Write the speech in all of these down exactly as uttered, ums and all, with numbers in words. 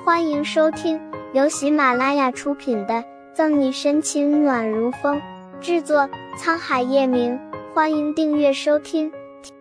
欢迎收听由喜马拉雅出品的《赠你深情暖如风》，制作沧海夜明。欢迎订阅收听。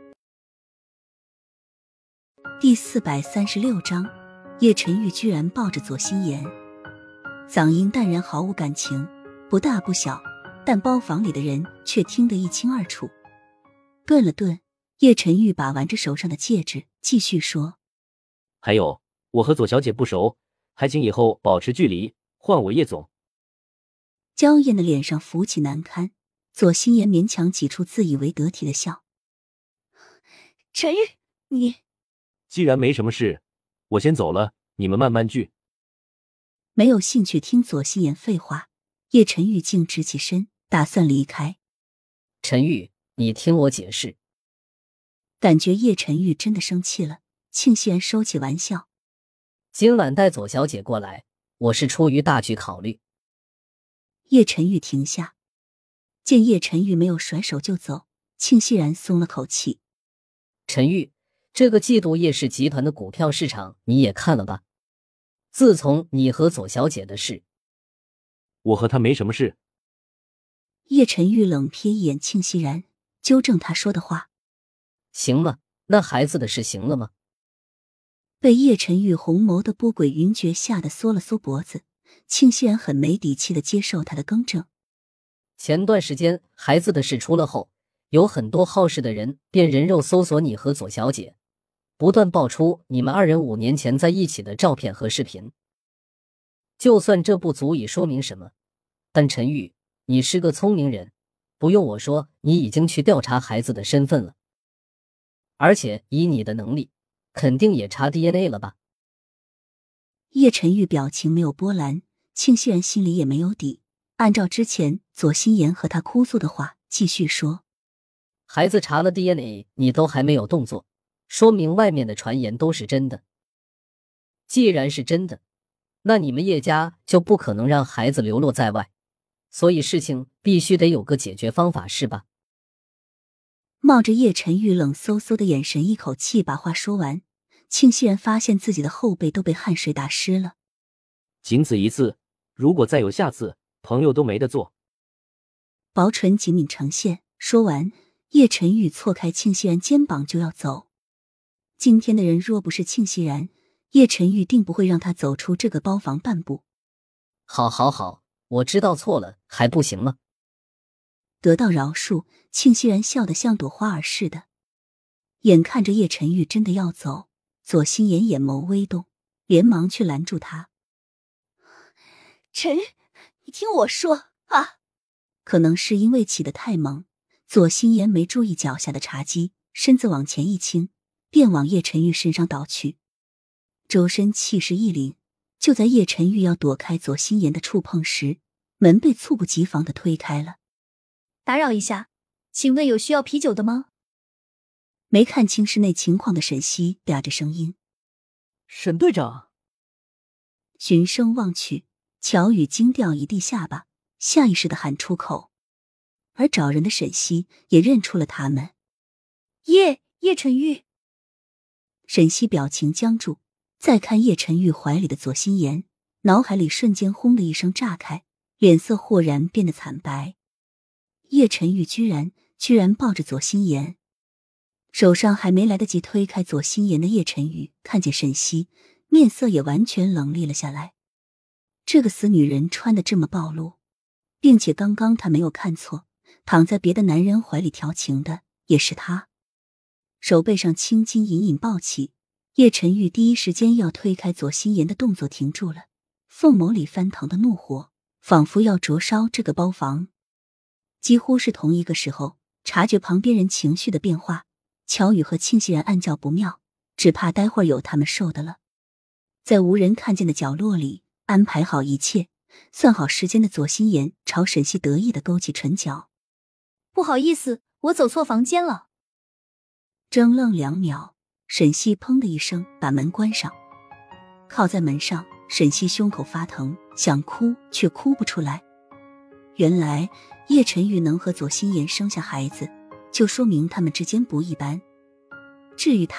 第四百三十六章，叶晨玉居然抱着左心言，嗓音淡然毫无感情，不大不小，但包房里的人却听得一清二楚。顿了顿，叶晨玉把玩着手上的戒指，继续说： 还有，我和左小姐不熟，还请以后保持距离，唤我叶总。 娇艳的脸上浮起难堪，左心言勉强挤出自以为得体的笑。 晨玉，你既然没什么事，我先走了，你们慢慢聚。 没有兴趣听左心言废话，叶晨玉竟直起身，打算离开。 晨玉，你听我解释。 感觉叶晨玉真的生气了，庆熙然收起玩笑。 今晚带左小姐过来，我是出于大局考虑。 叶晨玉停下，见叶晨玉没有甩手就走，庆熙然松了口气。 晨玉，这个季度叶氏集团的股票市场你也看了吧？自从你和左小姐的事， 我和她没什么事。 叶晨玉冷瞥一眼庆熙然，纠正他说的话。 行了，那孩子的事行了吗？ 被叶晨玉红眸的波诡云谲吓得缩了缩脖子，庆熙然很没底气地接受他的更正。 前段时间孩子的事出了后，有很多好事的人便人肉搜索你和左小姐，不断爆出你们二人五年前在一起的照片和视频。就算这不足以说明什么，但陈玉，你是个聪明人，不用我说，你已经去调查孩子的身份了。而且以你的能力，肯定也查 D N A 了吧？ 叶晨玉表情没有波澜，庆熙然心里也没有底，按照之前左心言和他哭诉的话继续说。 孩子查了 D N A， 你都还没有动作，说明外面的传言都是真的。既然是真的，那你们叶家就不可能让孩子流落在外，所以事情必须得有个解决方法，是吧？ 冒着叶晨玉冷飕飕的眼神，一口气把话说完，庆熙然发现自己的后背都被汗水打湿了。 仅此一次，如果再有下次，朋友都没得做。 薄唇紧抿成线，说完，叶晨玉错开庆熙然肩膀就要走。今天的人若不是庆熙然，叶晨玉定不会让他走出这个包房半步。 好好好，我知道错了，还不行吗？ 得到饶恕，庆熙然笑得像朵花儿似的。眼看着叶晨玉真的要走，左心言眼眸微动，连忙去拦住他。 晨，你听我说啊！ 可能是因为起得太猛，左心言没注意脚下的茶几，身子往前一倾，便往叶晨玉身上倒去。周身气势一凛，就在叶晨玉要躲开左心言的触碰时，门被猝不及防地推开了。 打扰一下，请问有需要啤酒的吗？ 没看清室内情况的沈西嗲着声音。 沈队长。 循声望去，乔宇惊掉一地下巴，下意识地喊出口。而找人的沈西也认出了他们。 叶叶晨玉。 沈西表情僵住，再看叶晨玉怀里的左心言，脑海里瞬间轰的一声炸开，脸色豁然变得惨白。叶晨玉居然居然抱着左心言，手上还没来得及推开左心言的叶晨玉看见沈西，面色也完全冷厉了下来。这个死女人穿得这么暴露，并且刚刚她没有看错，躺在别的男人怀里调情的也是她。手背上青筋隐隐暴起，叶晨玉第一时间要推开左心言的动作停住了，凤眸里翻腾的怒火仿佛要灼烧这个包房。几乎是同一个时候，察觉旁边人情绪的变化，乔宇和庆熙然暗叫不妙，只怕待会儿有他们受的了。在无人看见的角落里安排好一切，算好时间的左心言朝沈西得意地勾起唇角。 不好意思，我走错房间了。 怔愣两秒，沈西砰的一声把门关上。靠在门上，沈西胸口发疼，想哭却哭不出来。原来叶晨玉能和左心言生下孩子，就说明他们之间不一般。至于他，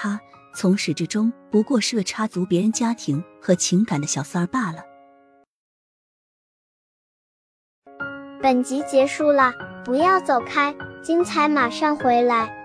从始至终不过是个插足别人家庭和情感的小三儿罢了。 本集结束了，不要走开，精彩马上回来。